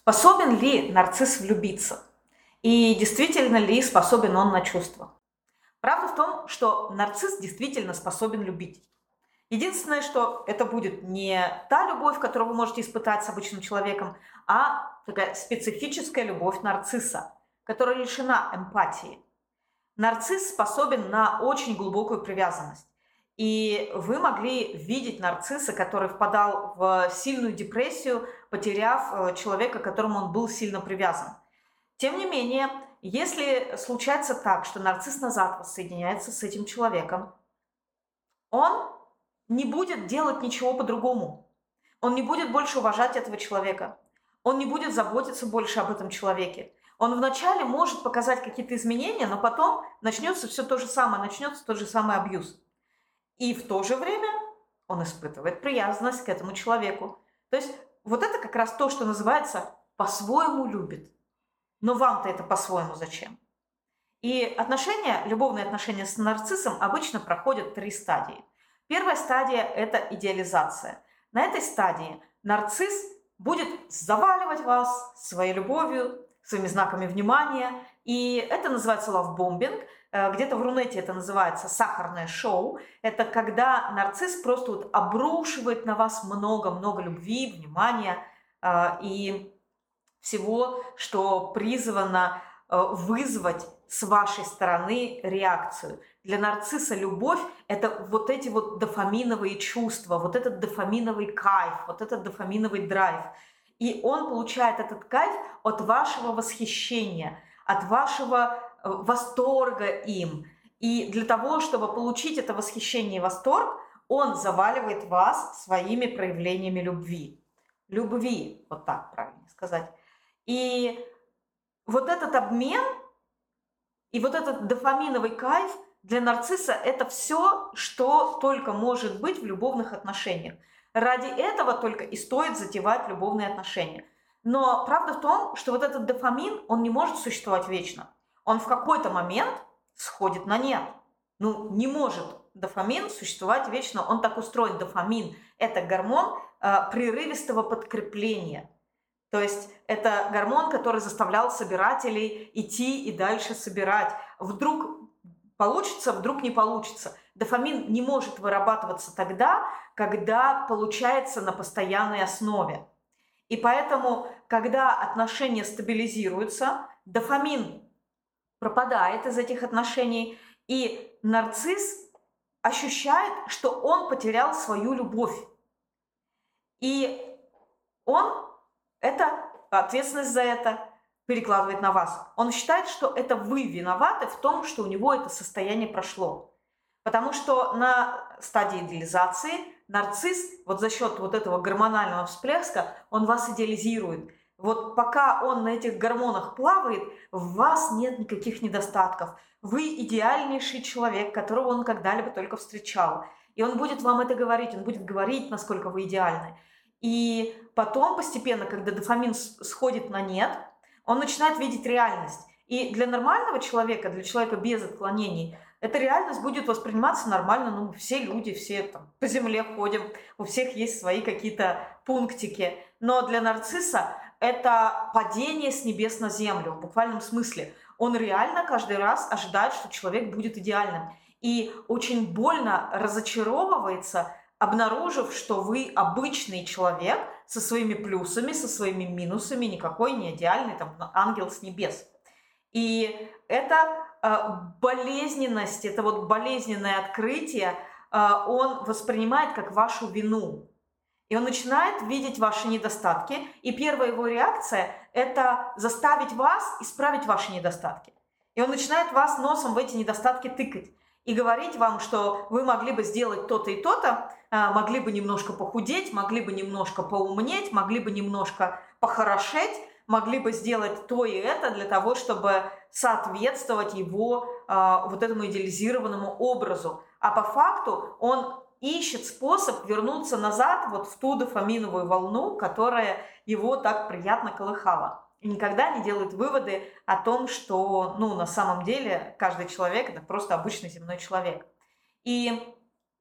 Способен ли нарцисс влюбиться? И действительно ли способен он на чувства? Правда в том, что нарцисс действительно способен любить. Единственное, что это будет не та любовь, которую вы можете испытать с обычным человеком, а такая специфическая любовь нарцисса, которая лишена эмпатии. Нарцисс способен на очень глубокую привязанность. И вы могли видеть нарцисса, который впадал в сильную депрессию, потеряв человека, к которому он был сильно привязан. Тем не менее, если случается так, что нарцисс назад воссоединяется с этим человеком, он не будет делать ничего по-другому. Он не будет больше уважать этого человека. Он не будет заботиться больше об этом человеке. Он вначале может показать какие-то изменения, но потом начнется все то же самое, начнется тот же самый абьюз. И в то же время он испытывает привязанность к этому человеку. То есть вот это как раз то, что называется «по-своему любит». Но вам-то это по-своему зачем? И отношения, любовные отношения с нарциссом обычно проходят 3 стадии. Первая стадия – это идеализация. На этой стадии нарцисс будет заваливать вас своей любовью, своими знаками внимания. И это называется лавбомбинг. Где-то в Рунете это называется сахарное шоу. Это когда нарцисс просто вот обрушивает на вас много-много любви, внимания и всего, что призвано вызвать с вашей стороны реакцию. Для нарцисса любовь – это вот эти вот дофаминовые чувства, вот этот дофаминовый кайф, вот этот дофаминовый драйв. И он получает этот кайф от вашего восхищения, от вашего восторга им. И для того, чтобы получить это восхищение и восторг, он заваливает вас своими проявлениями любви. Любви, вот так правильно сказать. И вот этот обмен и вот этот дофаминовый кайф для нарцисса – это все, что только может быть в любовных отношениях. Ради этого только и стоит затевать любовные отношения. Но правда в том, что вот этот дофамин, он не может существовать вечно. Он в какой-то момент сходит на нет. Не может дофамин существовать вечно, он так устроен. Дофамин – это гормон прерывистого подкрепления. То есть это гормон, который заставлял собирателей идти и дальше собирать. Вдруг получится, вдруг не получится. Дофамин не может вырабатываться тогда, когда получается на постоянной основе. И поэтому, когда отношения стабилизируются, дофамин пропадает из этих отношений, и нарцисс ощущает, что он потерял свою любовь. И он ответственность за это перекладывает на вас. Он считает, что это вы виноваты в том, что у него это состояние прошло. Потому что на стадии идеализации нарцисс вот за счет вот этого гормонального всплеска, он вас идеализирует. Вот пока он на этих гормонах плавает, в вас нет никаких недостатков. Вы идеальнейший человек, которого он когда-либо только встречал. И он будет вам это говорить, он будет говорить, насколько вы идеальны. И потом постепенно, когда дофамин сходит на нет, он начинает видеть реальность. И для нормального человека, для человека без отклонений, эта реальность будет восприниматься нормально. Все люди, все там по земле ходим, у всех есть свои какие-то пунктики. Но для нарцисса это падение с небес на землю, в буквальном смысле. Он реально каждый раз ожидает, что человек будет идеальным. И очень больно разочаровывается, обнаружив, что вы обычный человек со своими плюсами, со своими минусами, никакой не идеальный там ангел с небес. И это болезненность, это вот болезненное открытие он воспринимает как вашу вину. И он начинает видеть ваши недостатки, и первая его реакция – это заставить вас исправить ваши недостатки. И он начинает вас носом в эти недостатки тыкать и говорить вам, что вы могли бы сделать то-то и то-то, могли бы немножко похудеть, могли бы немножко поумнеть, могли бы немножко похорошеть, могли бы сделать то и это для того, чтобы соответствовать его вот этому идеализированному образу. А по факту он ищет способ вернуться назад вот в ту дофаминовую волну, которая его так приятно колыхала. И никогда не делает выводы о том, что на самом деле каждый человек – это просто обычный земной человек. И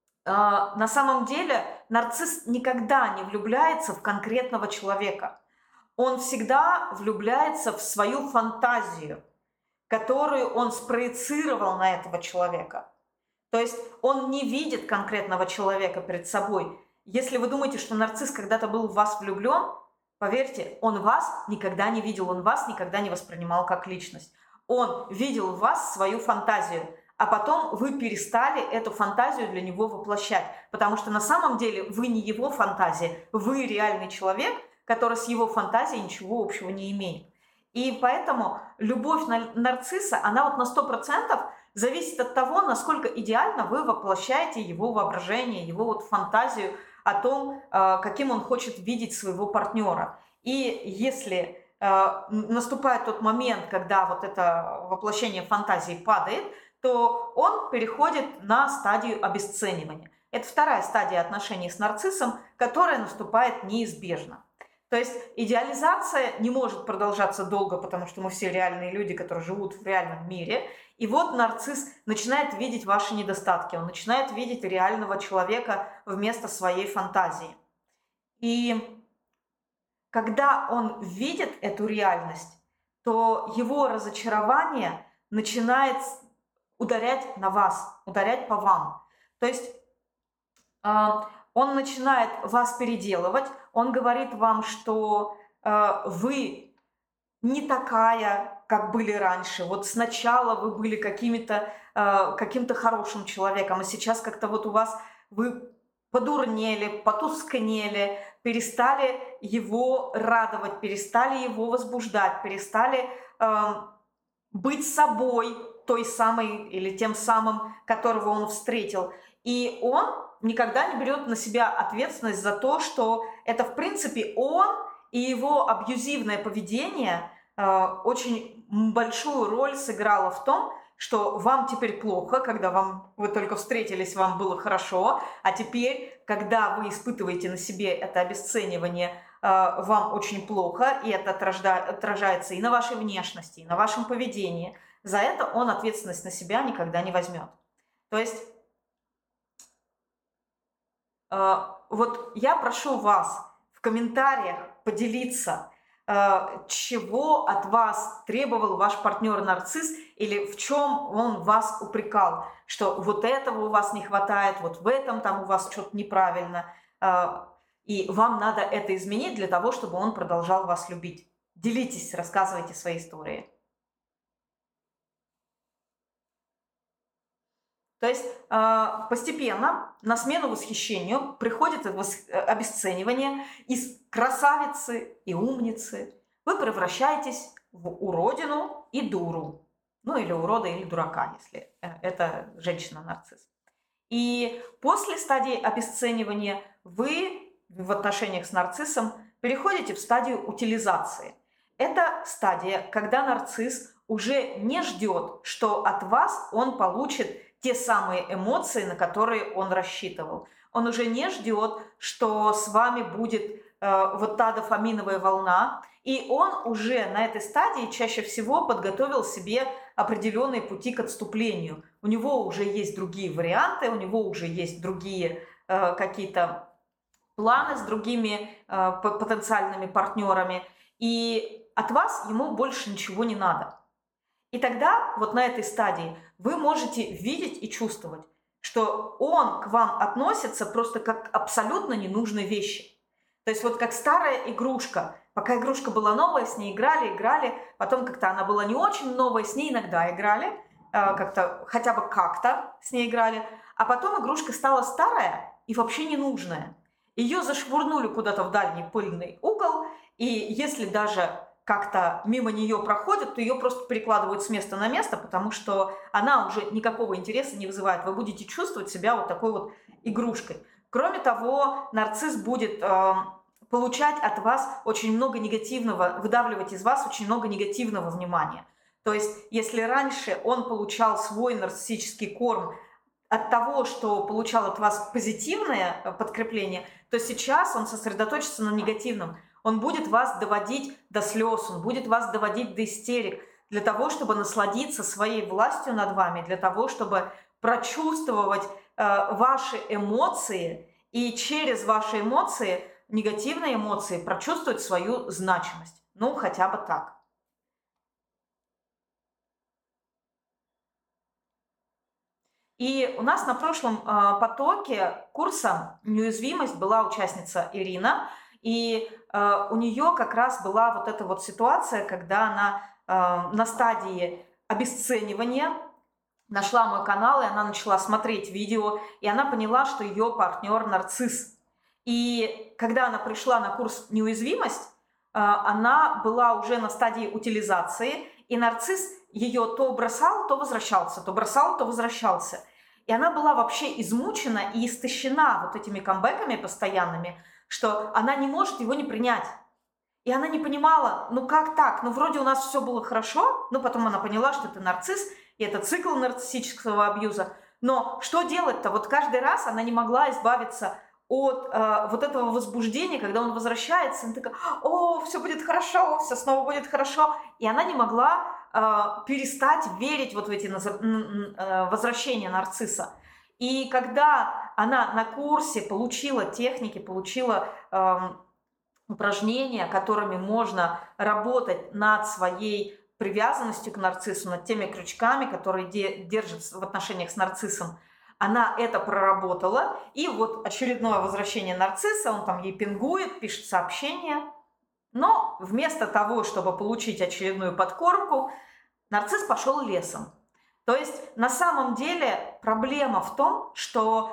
на самом деле нарцисс никогда не влюбляется в конкретного человека. он всегда влюбляется в свою фантазию, которую он спроецировал на этого человека. То есть он не видит конкретного человека перед собой. Если вы думаете, что нарцисс когда-то был в вас влюблен, поверьте, он вас никогда не видел, он вас никогда не воспринимал как личность. Он видел в вас свою фантазию, а потом вы перестали эту фантазию для него воплощать, потому что на самом деле вы не его фантазия, вы реальный человек, который с его фантазией ничего общего не имеет. И поэтому любовь нарцисса, она вот на 100% зависит от того, насколько идеально вы воплощаете его воображение, его вот фантазию о том, каким он хочет видеть своего партнера. И если наступает тот момент, когда вот это воплощение фантазии падает, то он переходит на стадию обесценивания. Это вторая стадия отношений с нарциссом, которая наступает неизбежно. То есть идеализация не может продолжаться долго, потому что мы все реальные люди, которые живут в реальном мире. И вот нарцисс начинает видеть ваши недостатки, он начинает видеть реального человека вместо своей фантазии. И когда он видит эту реальность, то его разочарование начинает ударять на вас, ударять по вам. То есть он начинает вас переделывать, он говорит вам, что вы не такая, как были раньше. Вот сначала вы были каким-то хорошим человеком, а сейчас как-то вот у вас вы подурнели, потускнели, перестали его радовать, перестали его возбуждать, перестали быть собой, той самой или тем самым, которого он встретил. И он никогда не берет на себя ответственность за то, что это, в принципе, он и его абьюзивное поведение очень большую роль сыграло в том, что вам теперь плохо, когда вы только встретились, вам было хорошо, а теперь, когда вы испытываете на себе это обесценивание, вам очень плохо, и это отражается и на вашей внешности, и на вашем поведении. За это он ответственность на себя никогда не возьмет. То есть вот я прошу вас в комментариях поделиться, чего от вас требовал ваш партнер-нарцисс или в чем он вас упрекал, что вот этого у вас не хватает, вот в этом там у вас что-то неправильно, и вам надо это изменить для того, чтобы он продолжал вас любить. Делитесь, рассказывайте свои истории. То есть постепенно на смену восхищению приходит обесценивание. Из красавицы и умницы вы превращаетесь в уродину и дуру. Ну или урода, или дурака, если это женщина-нарцисс. И после стадии обесценивания вы в отношениях с нарциссом переходите в стадию утилизации. Это стадия, когда нарцисс уже не ждет, что от вас он получит те самые эмоции, на которые он рассчитывал. Он уже не ждет, что с вами будет вот та дофаминовая волна, и он уже на этой стадии чаще всего подготовил себе определенные пути к отступлению. У него уже есть другие варианты, у него уже есть другие какие-то планы с другими потенциальными партнерами, и от вас ему больше ничего не надо. И тогда вот на этой стадии вы можете видеть и чувствовать, что он к вам относится просто как абсолютно ненужные вещи. То есть вот как старая игрушка. Пока игрушка была новая, с ней играли, потом как-то она была не очень новая, с ней иногда играли, хотя бы как-то с ней играли, а потом игрушка стала старая и вообще ненужная. Ее зашвырнули куда-то в дальний пыльный угол, и если даже как-то мимо нее проходят, то ее просто перекладывают с места на место, потому что она уже никакого интереса не вызывает. Вы будете чувствовать себя вот такой вот игрушкой. Кроме того, нарцисс будет получать от вас очень много негативного, выдавливать из вас очень много негативного внимания. То есть, если раньше он получал свой нарциссический корм от того, что получал от вас позитивное подкрепление, то сейчас он сосредоточится на негативном. Он будет вас доводить до слез, он будет вас доводить до истерик, для того, чтобы насладиться своей властью над вами, для того, чтобы прочувствовать ваши эмоции и через ваши эмоции негативные эмоции прочувствовать свою значимость. Ну, хотя бы так. И у нас на прошлом потоке курса «Неуязвимость» была участница Ирина, и у нее как раз была вот эта вот ситуация, когда она на стадии обесценивания нашла мой канал, и она начала смотреть видео, и она поняла, что ее партнер нарцисс. И когда она пришла на курс «Неуязвимость», она была уже на стадии утилизации, и нарцисс ее то бросал, то возвращался, то бросал, то возвращался. И она была вообще измучена и истощена вот этими камбэками постоянными, что она не может его не принять. И она не понимала, ну как так? Ну вроде у нас все было хорошо, но потом она поняла, что это нарцисс, и это цикл нарциссического абьюза. Но что делать-то? Вот каждый раз она не могла избавиться от вот этого возбуждения, когда он возвращается, она такая: о, все будет хорошо, все снова будет хорошо. И она не могла перестать верить вот в эти возвращения нарцисса. И когда она на курсе получила техники, получила упражнения, которыми можно работать над своей привязанностью к нарциссу, над теми крючками, которые держат в отношениях с нарциссом, она это проработала, и вот очередное возвращение нарцисса, он там ей пингует, пишет сообщение, но вместо того, чтобы получить очередную подкормку, нарцисс пошел лесом. То есть на самом деле проблема в том, что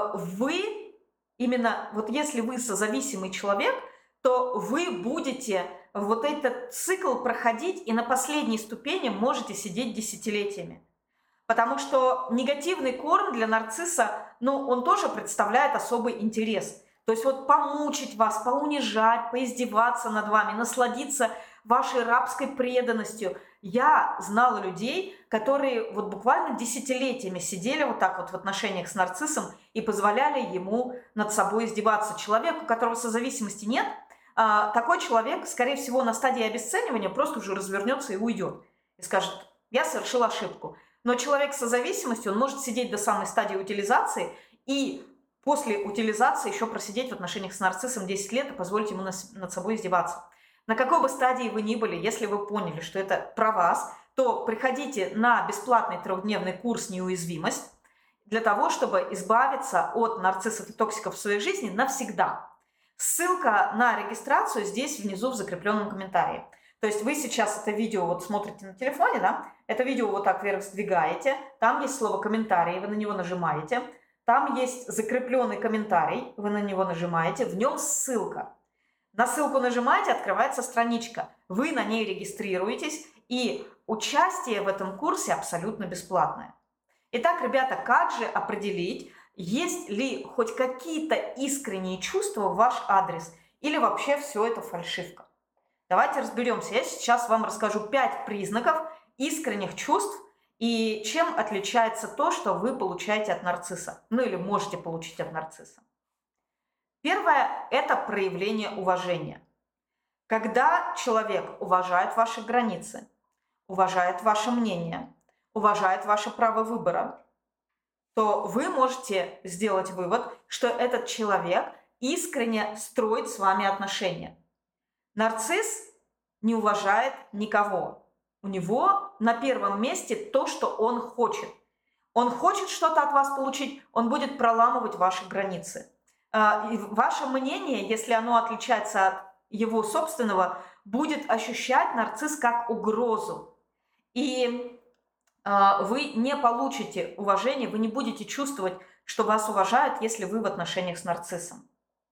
вы, именно вот если вы созависимый человек, то вы будете вот этот цикл проходить и на последней ступени можете сидеть десятилетиями. Потому что негативный корм для нарцисса, ну, он тоже представляет особый интерес. То есть вот помучить вас, поунижать, поиздеваться над вами, насладиться вашей рабской преданностью. Я знала людей, которые вот буквально десятилетиями сидели вот так вот в отношениях с нарциссом и позволяли ему над собой издеваться. Человек, у которого созависимости нет, такой человек, скорее всего, на стадии обесценивания просто уже развернется и уйдет. И скажет: я совершил ошибку. Но человек с созависимостью, он может сидеть до самой стадии утилизации и после утилизации еще просидеть в отношениях с нарциссом 10 лет и позволить ему над собой издеваться. На какой бы стадии вы ни были, если вы поняли, что это про вас, то приходите на бесплатный 3-дневный курс «Неуязвимость» для того, чтобы избавиться от нарциссов и токсиков в своей жизни навсегда. Ссылка на регистрацию здесь внизу в закрепленном комментарии. То есть вы сейчас это видео вот смотрите на телефоне, да? Это видео вот так вверх сдвигаете, там есть слово «комментарий», вы на него нажимаете, там есть закрепленный комментарий, вы на него нажимаете, в нем ссылка. На ссылку нажимаете, открывается страничка, вы на ней регистрируетесь, и участие в этом курсе абсолютно бесплатное. Итак, ребята, как же определить, есть ли хоть какие-то искренние чувства в ваш адрес, или вообще все это фальшивка? Давайте разберемся. Я сейчас вам расскажу 5 признаков искренних чувств и чем отличается то, что вы получаете от нарцисса. Ну или можете получить от нарцисса. Первое – это проявление уважения. Когда человек уважает ваши границы, уважает ваше мнение, уважает ваше право выбора, то вы можете сделать вывод, что этот человек искренне строит с вами отношения. Нарцисс не уважает никого. У него на первом месте то, что он хочет. Он хочет что-то от вас получить, он будет проламывать ваши границы. И ваше мнение, если оно отличается от его собственного, будет ощущать нарцисс как угрозу. И вы не получите уважения, вы не будете чувствовать, что вас уважают, если вы в отношениях с нарциссом.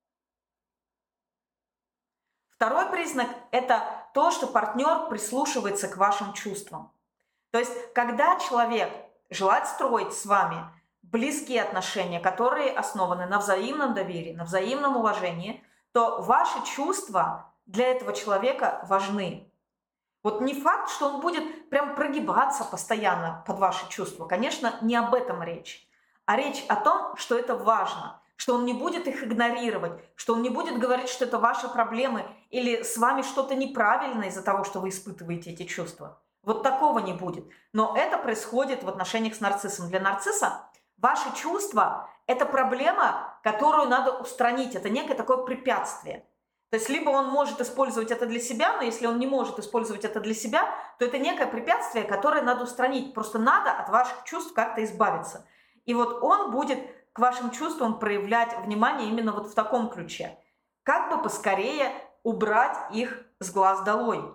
Второй признак – это то, что партнер прислушивается к вашим чувствам. То есть, когда человек желает строить с вами близкие отношения, которые основаны на взаимном доверии, на взаимном уважении, то ваши чувства для этого человека важны. Вот не факт, что он будет прям прогибаться постоянно под ваши чувства. Конечно, не об этом речь. А речь о том, что это важно, что он не будет их игнорировать, что он не будет говорить, что это ваши проблемы или с вами что-то неправильно из-за того, что вы испытываете эти чувства. Вот такого не будет. Но это происходит в отношениях с нарциссом. Для нарцисса Ваши чувства – это проблема, которую надо устранить. Это некое такое препятствие. То есть либо он может использовать это для себя, но если он не может использовать это для себя, то это некое препятствие, которое надо устранить. Просто надо от ваших чувств как-то избавиться. И вот он будет к вашим чувствам проявлять внимание именно вот в таком ключе. Как бы поскорее убрать их с глаз долой.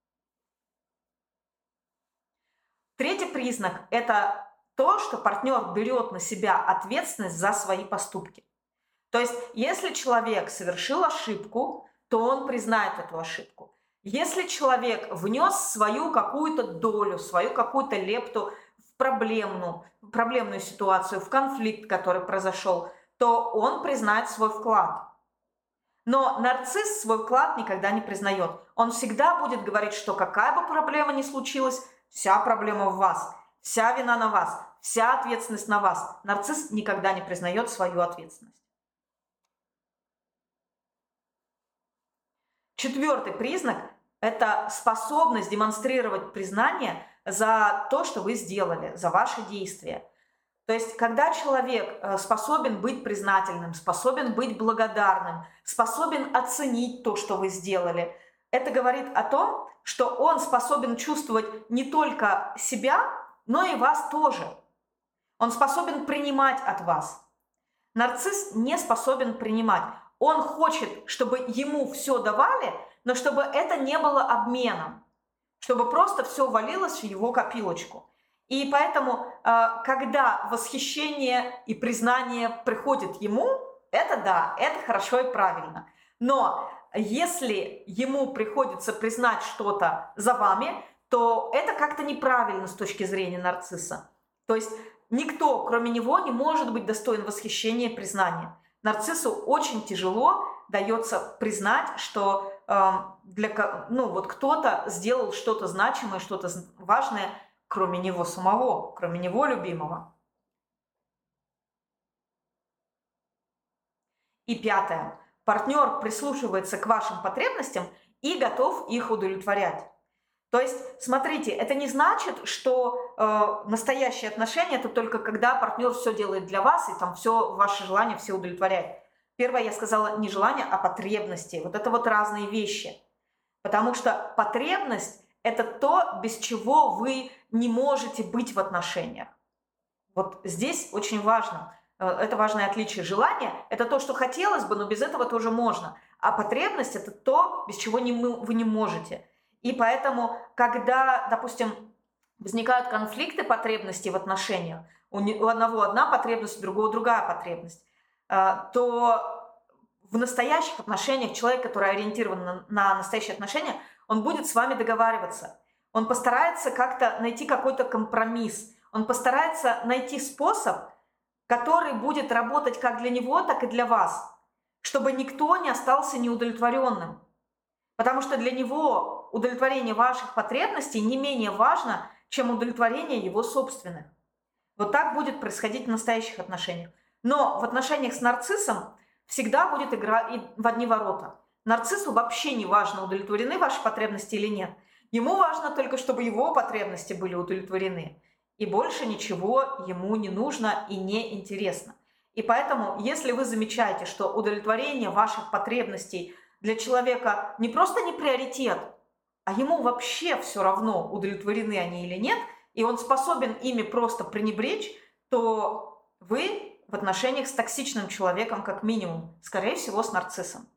Третий признак – это то, что партнер берет на себя ответственность за свои поступки. То есть, если человек совершил ошибку, то он признает эту ошибку. Если человек внес свою какую-то долю, свою какую-то лепту в проблемную ситуацию, в конфликт, который произошел, то он признает свой вклад. Но нарцисс свой вклад никогда не признает. Он всегда будет говорить, что какая бы проблема ни случилась, вся проблема в вас, вся вина на вас, вся ответственность на вас. Нарцисс никогда не признает свою ответственность. Четвертый признак – это способность демонстрировать признание за то, что вы сделали, за ваши действия. То есть, когда человек способен быть признательным, способен быть благодарным, способен оценить то, что вы сделали, это говорит о том, что он способен чувствовать не только себя, но и вас тоже. Он способен принимать от вас. Нарцисс не способен принимать. Он хочет, чтобы ему все давали, но чтобы это не было обменом, чтобы просто все валилось в его копилочку. И поэтому, когда восхищение и признание приходит ему, это да, это хорошо и правильно. Но если ему приходится признать что-то за вами, то это как-то неправильно с точки зрения нарцисса. То есть никто, кроме него, не может быть достоин восхищения и признания. Нарциссу очень тяжело дается признать, что кто-то сделал что-то значимое, что-то важное, кроме него самого, кроме него любимого. И пятое. Партнер прислушивается к вашим потребностям и готов их удовлетворять. То есть, смотрите, это не значит, что настоящие отношения – это только когда партнер все делает для вас, и там все ваши желания все удовлетворяет. Первое, я сказала, не желание, а потребности. Вот это вот разные вещи. Потому что потребность – это то, без чего вы не можете быть в отношениях. Вот здесь очень важно. Это важное отличие. Желание – это то, что хотелось бы, но без этого тоже можно. А потребность – это то, без чего вы не можете. И поэтому, когда, допустим, возникают конфликты потребностей в отношениях, у одного одна потребность, у другого другая потребность, то в настоящих отношениях человек, который ориентирован на настоящие отношения, он будет с вами договариваться. Он постарается как-то найти какой-то компромисс. Он постарается найти способ, который будет работать как для него, так и для вас, чтобы никто не остался неудовлетворенным. Потому что для него удовлетворение ваших потребностей не менее важно, чем удовлетворение его собственных. Вот так будет происходить в настоящих отношениях. Но в отношениях с нарциссом всегда будет игра в одни ворота. Нарциссу вообще не важно, удовлетворены ваши потребности или нет. Ему важно только, чтобы его потребности были удовлетворены. И больше ничего ему не нужно и не интересно. И поэтому, если вы замечаете, что удовлетворение ваших потребностей для человека не просто не приоритет, а ему вообще все равно, удовлетворены они или нет, и он способен ими просто пренебречь, то вы в отношениях с токсичным человеком как минимум, скорее всего, с нарциссом.